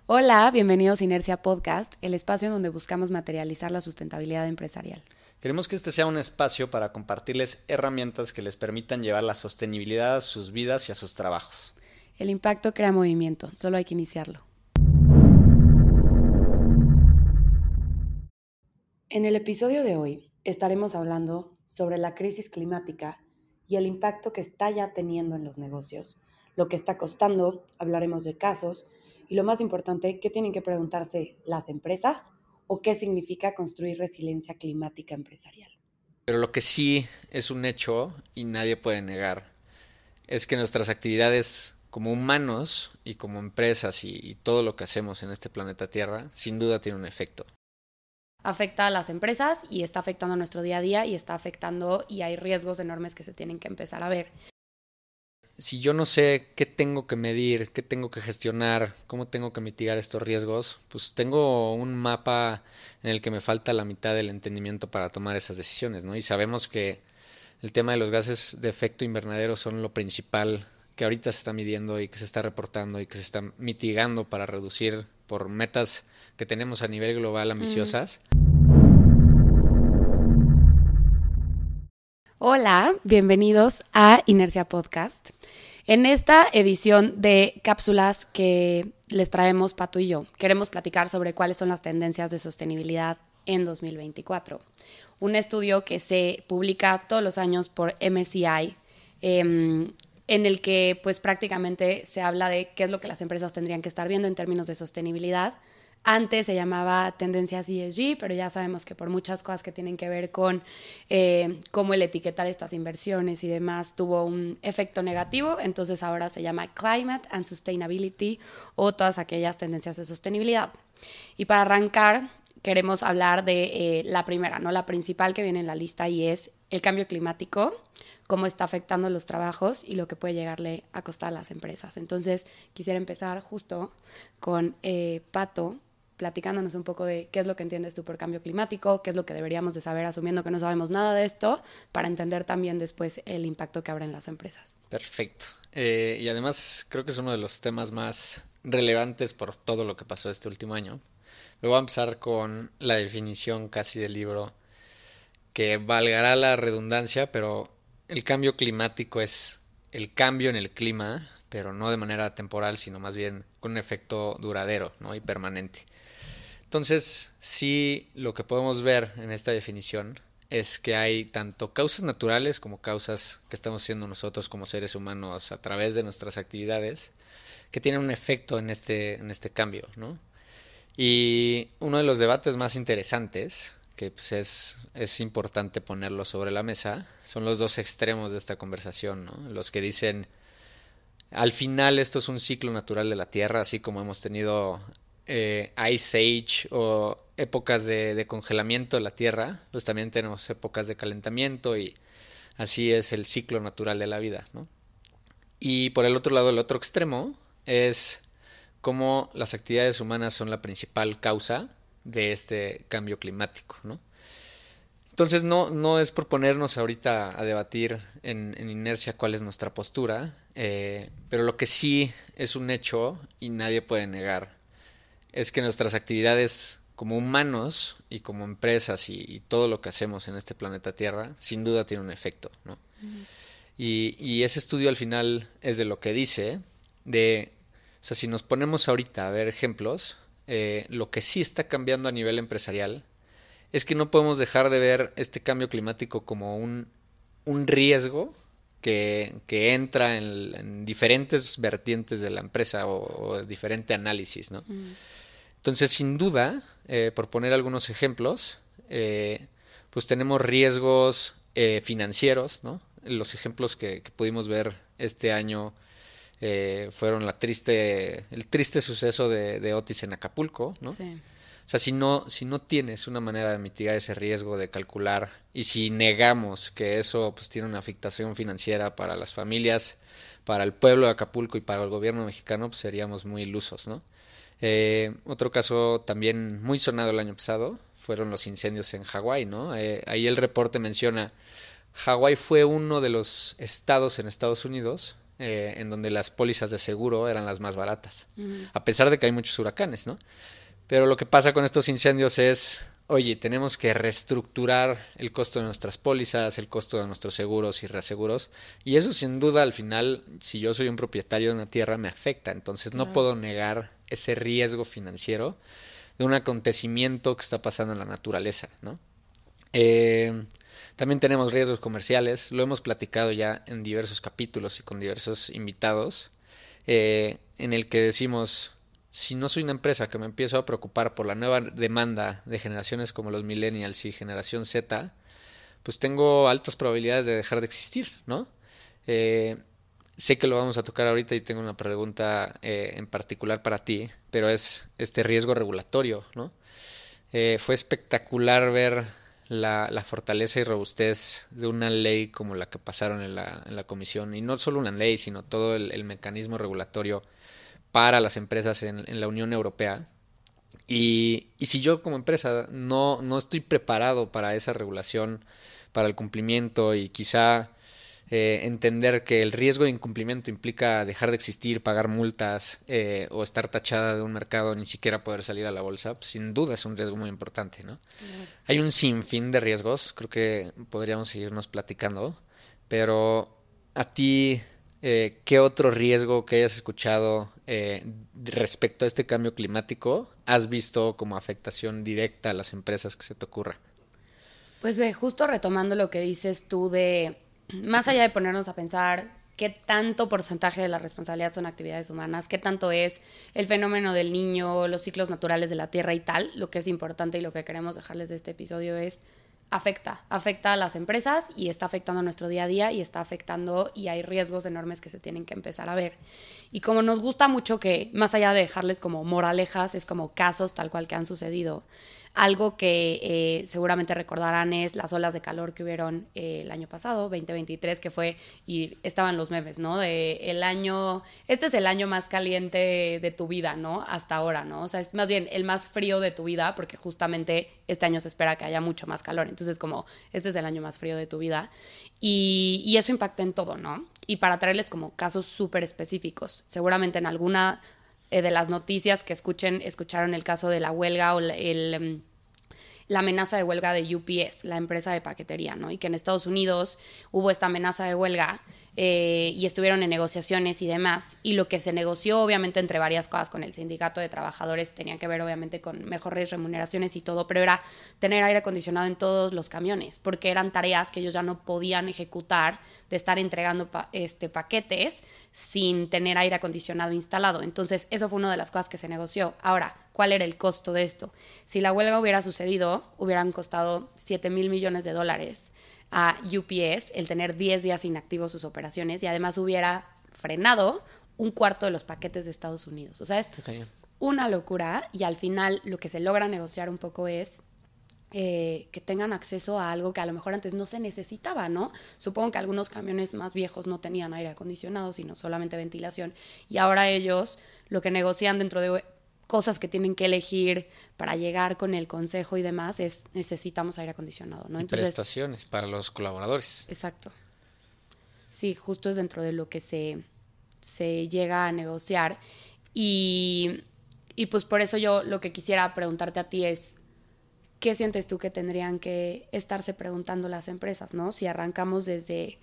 Hola, bienvenidos a Inercia Podcast, el espacio en donde buscamos materializar la sustentabilidad empresarial. Queremos que este sea un espacio para compartirles herramientas que les permitan llevar la sostenibilidad a sus vidas y a sus trabajos. El impacto crea movimiento, solo hay que iniciarlo. En el episodio de hoy estaremos hablando sobre la crisis climática y el impacto que está ya teniendo en los negocios, lo que está costando, hablaremos de casos y lo más importante, qué tienen que preguntarse las empresas o qué significa construir resiliencia climática empresarial. Pero lo que sí es un hecho y nadie puede negar es que nuestras actividades como humanos y como empresas y todo lo que hacemos en este planeta Tierra sin duda tiene un efecto. Afecta a las empresas y está afectando a nuestro día a día y está afectando y hay riesgos enormes que se tienen que empezar a ver. Si yo no sé qué tengo que medir, qué tengo que gestionar, cómo tengo que mitigar estos riesgos, pues tengo un mapa en el que me falta la mitad del entendimiento para tomar esas decisiones, ¿no? Y sabemos que el tema de los gases de efecto invernadero son lo principal que ahorita se está midiendo y que se está reportando y que se está mitigando para reducir por metas que tenemos a nivel global ambiciosas. Hola, bienvenidos a Inercia Podcast. En esta edición de cápsulas que les traemos Pato y yo, queremos platicar sobre cuáles son las tendencias de sostenibilidad en 2024. Un estudio que se publica todos los años por MSCI, en el que pues prácticamente se habla de qué es lo que las empresas tendrían que estar viendo en términos de sostenibilidad. Antes se llamaba tendencias ESG, pero ya sabemos que por muchas cosas que tienen que ver con cómo el etiquetar estas inversiones y demás tuvo un efecto negativo, entonces ahora se llama Climate and Sustainability o todas aquellas tendencias de sostenibilidad. Y para arrancar, queremos hablar de la primera, ¿no? La principal que viene en la lista y es el cambio climático, cómo está afectando los trabajos y lo que puede llegarle a costar a las empresas. Entonces, quisiera empezar justo con Pato, platicándonos un poco de qué es lo que entiendes tú por cambio climático, qué es lo que deberíamos de saber asumiendo que no sabemos nada de esto, para entender también después el impacto que habrá en las empresas. Perfecto. Y además creo que es uno de los temas más relevantes por todo lo que pasó este último año. Luego voy a empezar con la definición casi del libro, que valgará la redundancia, pero el cambio climático es el cambio en el clima, pero no de manera temporal, sino más bien con un efecto duradero, ¿no? Y permanente. Entonces, sí, lo que podemos ver en esta definición es que hay tanto causas naturales como causas que estamos haciendo nosotros como seres humanos a través de nuestras actividades que tienen un efecto en este cambio, ¿no? Y uno de los debates más interesantes, que pues es importante ponerlo sobre la mesa, son los dos extremos de esta conversación, ¿no? Los que dicen, al final esto es un ciclo natural de la Tierra, así como hemos tenido Ice Age o épocas de congelamiento de la Tierra, pues también tenemos épocas de calentamiento y así es el ciclo natural de la vida, ¿no? Y por el otro lado, el otro extremo es cómo las actividades humanas son la principal causa de este cambio climático, ¿no? Entonces no es por ponernos ahorita a debatir en inercia cuál es nuestra postura, pero lo que sí es un hecho y nadie puede negar es que nuestras actividades como humanos y como empresas y todo lo que hacemos en este planeta Tierra sin duda tiene un efecto, ¿no? Y ese estudio al final es de lo que dice, o sea, si nos ponemos ahorita a ver ejemplos, lo que sí está cambiando a nivel empresarial es que no podemos dejar de ver este cambio climático como un riesgo que entra en diferentes vertientes de la empresa o diferente análisis, ¿no? Entonces, sin duda, por poner algunos ejemplos, pues tenemos riesgos financieros, ¿no? Los ejemplos que pudimos ver este año fueron el triste suceso de Otis en Acapulco, ¿no? Sí. O sea, si no tienes una manera de mitigar ese riesgo, de calcular, y si negamos que eso pues tiene una afectación financiera para las familias, para el pueblo de Acapulco y para el gobierno mexicano, pues seríamos muy ilusos, ¿no? Otro caso también muy sonado el año pasado fueron los incendios en Hawái, ¿no? Ahí el reporte menciona, Hawái fue uno de los estados en Estados Unidos en donde las pólizas de seguro eran las más baratas, a pesar de que hay muchos huracanes, ¿no? Pero lo que pasa con estos incendios es, oye, tenemos que reestructurar el costo de nuestras pólizas, el costo de nuestros seguros y reaseguros, y eso sin duda al final, si yo soy un propietario de una tierra, me afecta, entonces no puedo negar ese riesgo financiero de un acontecimiento que está pasando en la naturaleza, ¿no? También tenemos riesgos comerciales, lo hemos platicado ya en diversos capítulos y con diversos invitados, en el que decimos, si no soy una empresa que me empiezo a preocupar por la nueva demanda de generaciones como los millennials y generación Z, pues tengo altas probabilidades de dejar de existir, ¿no? Sé que lo vamos a tocar ahorita y tengo una pregunta en particular para ti, pero es este riesgo regulatorio, ¿no? Fue espectacular ver la fortaleza y robustez de una ley como la que pasaron en la comisión, y no solo una ley, sino todo el mecanismo regulatorio para las empresas en la Unión Europea. Y si yo como empresa no estoy preparado para esa regulación, para el cumplimiento y quizá entender que el riesgo de incumplimiento implica dejar de existir, pagar multas o estar tachada de un mercado, ni siquiera poder salir a la bolsa, pues sin duda es un riesgo muy importante, ¿no? Hay un sinfín de riesgos, creo que podríamos seguirnos platicando, pero a ti, ¿qué otro riesgo que hayas escuchado respecto a este cambio climático has visto como afectación directa a las empresas que se te ocurra? Pues ve, justo retomando lo que dices tú de, más allá de ponernos a pensar qué tanto porcentaje de la responsabilidad son actividades humanas, qué tanto es el fenómeno del niño, los ciclos naturales de la Tierra y tal, lo que es importante y lo que queremos dejarles de este episodio es afecta a las empresas y está afectando nuestro día a día y está afectando y hay riesgos enormes que se tienen que empezar a ver. Y como nos gusta mucho que, más allá de dejarles como moralejas, es como casos tal cual que han sucedido. Algo que seguramente recordarán es las olas de calor que hubieron el año pasado, 2023, que fue, y estaban los memes, ¿no? De el año, este es el año más caliente de tu vida, ¿no? Hasta ahora, ¿no? O sea, es más bien el más frío de tu vida, porque justamente este año se espera que haya mucho más calor. Entonces, como, este es el año más frío de tu vida. Y eso impacta en todo, ¿no? Y para traerles como casos súper específicos, seguramente en alguna de las noticias que escucharon el caso de la huelga o la amenaza de huelga de UPS, la empresa de paquetería, ¿no? Y que en Estados Unidos hubo esta amenaza de huelga y estuvieron en negociaciones y demás. Y lo que se negoció, obviamente, entre varias cosas con el sindicato de trabajadores, tenía que ver, obviamente, con mejores remuneraciones y todo, pero era tener aire acondicionado en todos los camiones, porque eran tareas que ellos ya no podían ejecutar de estar entregando paquetes sin tener aire acondicionado instalado. Entonces, eso fue una de las cosas que se negoció. Ahora, ¿cuál era el costo de esto? Si la huelga hubiera sucedido, hubieran costado $7,000 millones a UPS el tener 10 días inactivos sus operaciones y además hubiera frenado un cuarto de los paquetes de Estados Unidos. O sea, es una locura y al final lo que se logra negociar un poco es que tengan acceso a algo que a lo mejor antes no se necesitaba, ¿no? Supongo que algunos camiones más viejos no tenían aire acondicionado, sino solamente ventilación y ahora ellos lo que negocian dentro de cosas que tienen que elegir para llegar con el consejo y demás es necesitamos aire acondicionado, ¿no? Y entonces, prestaciones para los colaboradores. Exacto. Sí, justo es dentro de lo que se llega a negociar y pues por eso yo lo que quisiera preguntarte a ti es ¿qué sientes tú que tendrían que estarse preguntando las empresas, ¿no? Si arrancamos desde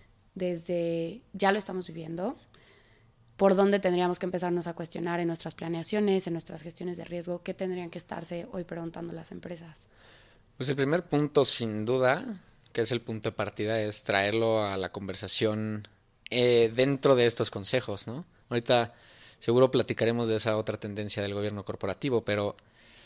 ya lo estamos viviendo, por dónde tendríamos que empezarnos a cuestionar en nuestras planeaciones, en nuestras gestiones de riesgo, qué tendrían que estarse hoy preguntando las empresas. Pues el primer punto, sin duda, que es el punto de partida, es traerlo a la conversación dentro de estos consejos, ¿no? Ahorita seguro platicaremos de esa otra tendencia del gobierno corporativo, pero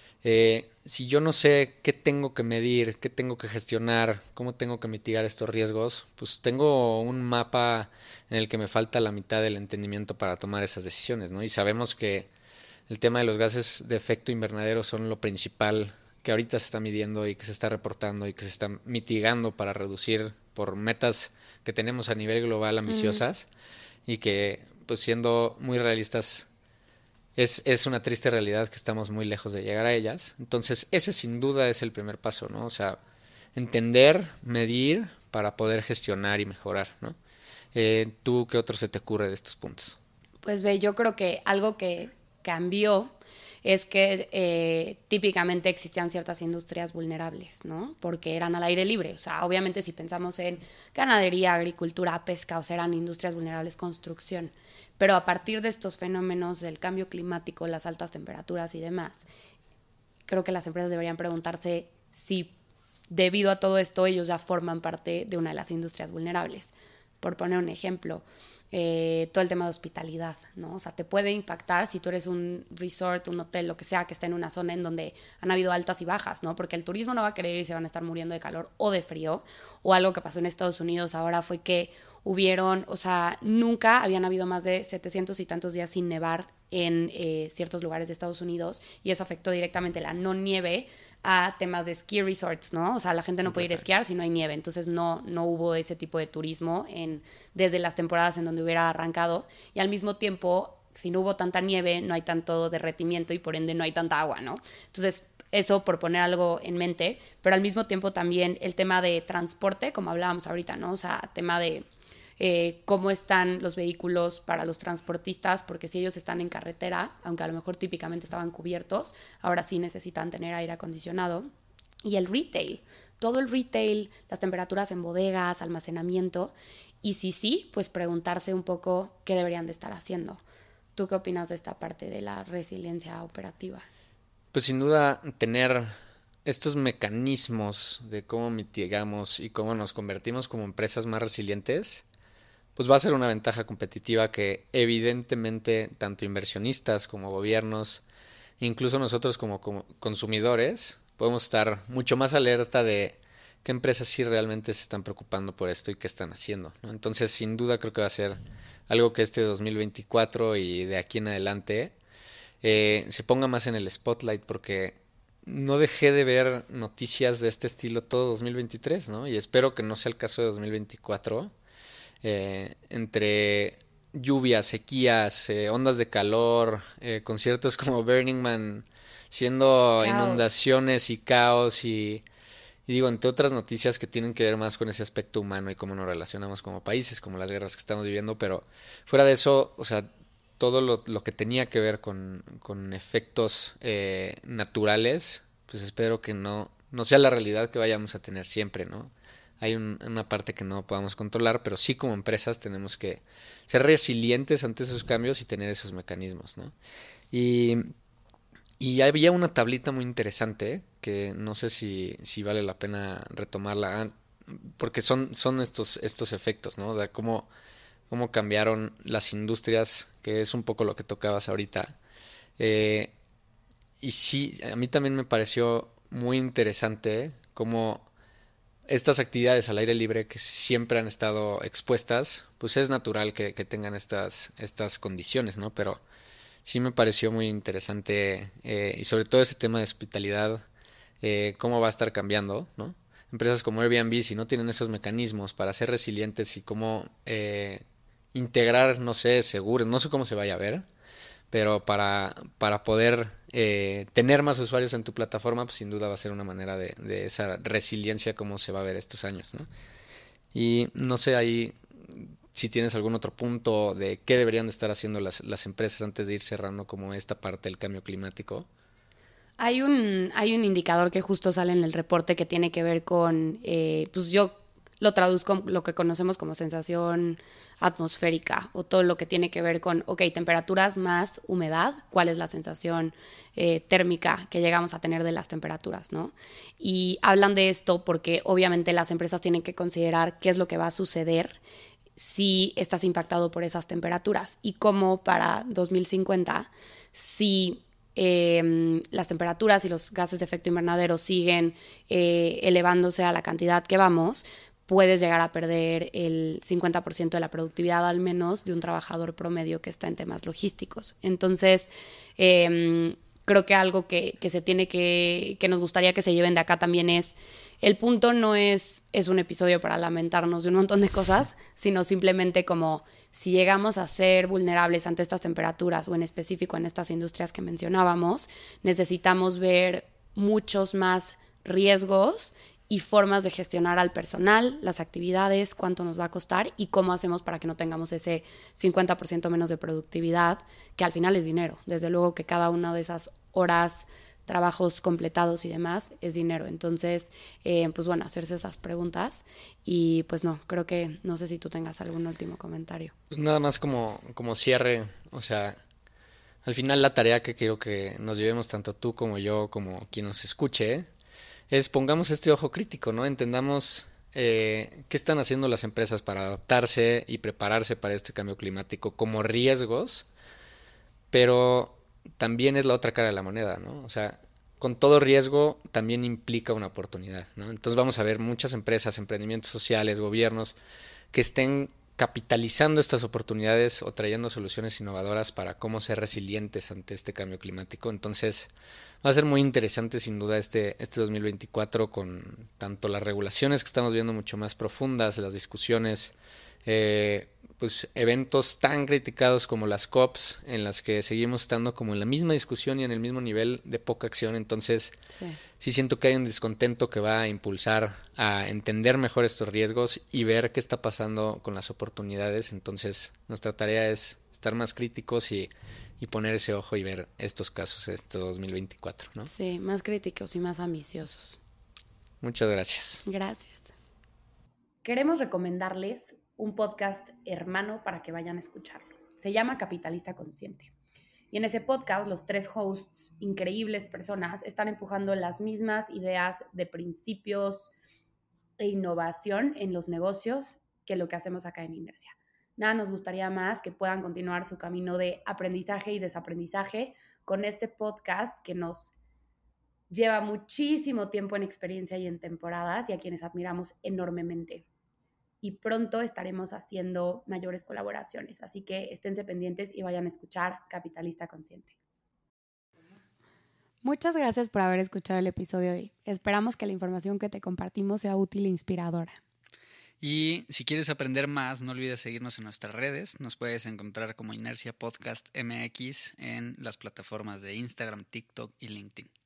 si yo no sé qué tengo que medir, qué tengo que gestionar, cómo tengo que mitigar estos riesgos, pues tengo un mapa en el que me falta la mitad del entendimiento para tomar esas decisiones, ¿no? Y sabemos que el tema de los gases de efecto invernadero son lo principal que ahorita se está midiendo y que se está reportando y que se está mitigando para reducir por metas que tenemos a nivel global ambiciosas y que, pues siendo muy realistas, es una triste realidad que estamos muy lejos de llegar a ellas. Entonces, ese sin duda es el primer paso, ¿no? O sea, entender, medir para poder gestionar y mejorar, ¿no? ¿Tú qué otro se te ocurre de estos puntos? Pues ve, yo creo que algo que cambió es que típicamente existían ciertas industrias vulnerables, ¿no? Porque eran al aire libre. O sea, obviamente si pensamos en ganadería, agricultura, pesca, o sea, eran industrias vulnerables, construcción. Pero a partir de estos fenómenos del cambio climático, las altas temperaturas y demás, creo que las empresas deberían preguntarse si debido a todo esto ellos ya forman parte de una de las industrias vulnerables. Por poner un ejemplo, todo el tema de hospitalidad, ¿no? O sea, te puede impactar si tú eres un resort, un hotel, lo que sea, que está en una zona en donde han habido altas y bajas, ¿no? Porque el turismo no va a querer ir y se van a estar muriendo de calor o de frío. O algo que pasó en Estados Unidos ahora fue que hubieron, o sea, nunca habían habido más de 700 y tantos días sin nevar en ciertos lugares de Estados Unidos, y eso afectó directamente la no nieve a temas de ski resorts, ¿no? O sea, la gente no puede ir a esquiar si no hay nieve, entonces no hubo ese tipo de turismo desde las temporadas en donde hubiera arrancado, y al mismo tiempo, si no hubo tanta nieve, no hay tanto derretimiento y por ende no hay tanta agua, ¿no? Entonces, eso por poner algo en mente, pero al mismo tiempo también el tema de transporte, como hablábamos ahorita, ¿no? O sea, tema de cómo están los vehículos para los transportistas, porque si ellos están en carretera, aunque a lo mejor típicamente estaban cubiertos, ahora sí necesitan tener aire acondicionado. Y el retail, todo el retail, las temperaturas en bodegas, almacenamiento, y si sí, pues preguntarse un poco qué deberían de estar haciendo. ¿Tú qué opinas de esta parte de la resiliencia operativa? Pues sin duda tener estos mecanismos de cómo mitigamos y cómo nos convertimos como empresas más resilientes, pues va a ser una ventaja competitiva que evidentemente tanto inversionistas como gobiernos, incluso nosotros como consumidores, podemos estar mucho más alerta de qué empresas sí realmente se están preocupando por esto y qué están haciendo, ¿no? Entonces, sin duda creo que va a ser algo que este 2024 y de aquí en adelante se ponga más en el spotlight, porque no dejé de ver noticias de este estilo todo 2023, ¿no? Y espero que no sea el caso de 2024, entre lluvias, sequías, ondas de calor, conciertos como Burning Man siendo Caos. inundaciones y caos y digo, entre otras noticias que tienen que ver más con ese aspecto humano y cómo nos relacionamos como países, como las guerras que estamos viviendo, pero fuera de eso, o sea, todo lo que tenía que ver con efectos naturales, pues espero que no sea la realidad que vayamos a tener siempre, ¿no? Hay una parte que no podamos controlar, pero sí como empresas tenemos que ser resilientes ante esos cambios y tener esos mecanismos, ¿no? Y, y había una tablita muy interesante que no sé si vale la pena retomarla, porque son estos efectos, ¿no? De cómo cambiaron las industrias, que es un poco lo que tocabas ahorita. Eh, y sí, a mí también me pareció muy interesante cómo estas actividades al aire libre que siempre han estado expuestas, pues es natural que tengan estas condiciones, ¿no? Pero sí me pareció muy interesante, y sobre todo ese tema de hospitalidad, cómo va a estar cambiando, ¿no? Empresas como Airbnb, si no tienen esos mecanismos para ser resilientes y cómo integrar, no sé, seguros, no sé cómo se vaya a ver, pero para poder tener más usuarios en tu plataforma, pues sin duda va a ser una manera de esa resiliencia como se va a ver estos años, ¿no? Y no sé ahí si tienes algún otro punto de qué deberían de estar haciendo las empresas antes de ir cerrando como esta parte del cambio climático. Hay un indicador que justo sale en el reporte que tiene que ver con, pues yo lo traduzco lo que conocemos como sensación atmosférica, o todo lo que tiene que ver con, ok, temperaturas más humedad, cuál es la sensación térmica que llegamos a tener de las temperaturas, ¿no? Y hablan de esto porque obviamente las empresas tienen que considerar qué es lo que va a suceder si estás impactado por esas temperaturas y cómo para 2050, si las temperaturas y los gases de efecto invernadero siguen elevándose a la cantidad que vamos, puedes llegar a perder el 50% de la productividad al menos de un trabajador promedio que está en temas logísticos. Entonces, creo que algo que se tiene que nos gustaría que se lleven de acá también es, el punto no es un episodio para lamentarnos de un montón de cosas, sino simplemente como si llegamos a ser vulnerables ante estas temperaturas o en específico en estas industrias que mencionábamos, necesitamos ver muchos más riesgos y formas de gestionar al personal, las actividades, cuánto nos va a costar y cómo hacemos para que no tengamos ese 50% menos de productividad, que al final es dinero. Desde luego que cada una de esas horas, trabajos completados y demás es dinero. Entonces, pues bueno, hacerse esas preguntas y pues no, creo que no sé si tú tengas algún último comentario. Nada más como cierre, o sea, al final la tarea que quiero que nos llevemos tanto tú como yo, como quien nos escuche, es pongamos este ojo crítico, ¿no? Entendamos qué están haciendo las empresas para adaptarse y prepararse para este cambio climático como riesgos, pero también es la otra cara de la moneda, ¿no? O sea, con todo riesgo también implica una oportunidad, ¿no? Entonces vamos a ver muchas empresas, emprendimientos sociales, gobiernos que estén capitalizando estas oportunidades o trayendo soluciones innovadoras para cómo ser resilientes ante este cambio climático. Entonces va a ser muy interesante sin duda este 2024 con tanto las regulaciones que estamos viendo mucho más profundas, las discusiones, pues eventos tan criticados como las COPs, en las que seguimos estando como en la misma discusión y en el mismo nivel de poca acción. Entonces sí siento que hay un descontento que va a impulsar a entender mejor estos riesgos y ver qué está pasando con las oportunidades. Entonces nuestra tarea es estar más críticos y poner ese ojo y ver estos casos este 2024, ¿no? Sí, más críticos y más ambiciosos. Muchas gracias. Gracias. Queremos recomendarles un podcast hermano para que vayan a escucharlo. Se llama Capitalista Consciente. Y en ese podcast, los 3 hosts, increíbles personas, están empujando las mismas ideas de principios e innovación en los negocios que lo que hacemos acá en Inercia. Nada nos gustaría más que puedan continuar su camino de aprendizaje y desaprendizaje con este podcast que nos lleva muchísimo tiempo en experiencia y en temporadas y a quienes admiramos enormemente. Y pronto estaremos haciendo mayores colaboraciones. Así que esténse pendientes y vayan a escuchar Capitalista Consciente. Muchas gracias por haber escuchado el episodio de hoy. Esperamos que la información que te compartimos sea útil e inspiradora. Y si quieres aprender más, no olvides seguirnos en nuestras redes. Nos puedes encontrar como Inercia Podcast MX en las plataformas de Instagram, TikTok y LinkedIn.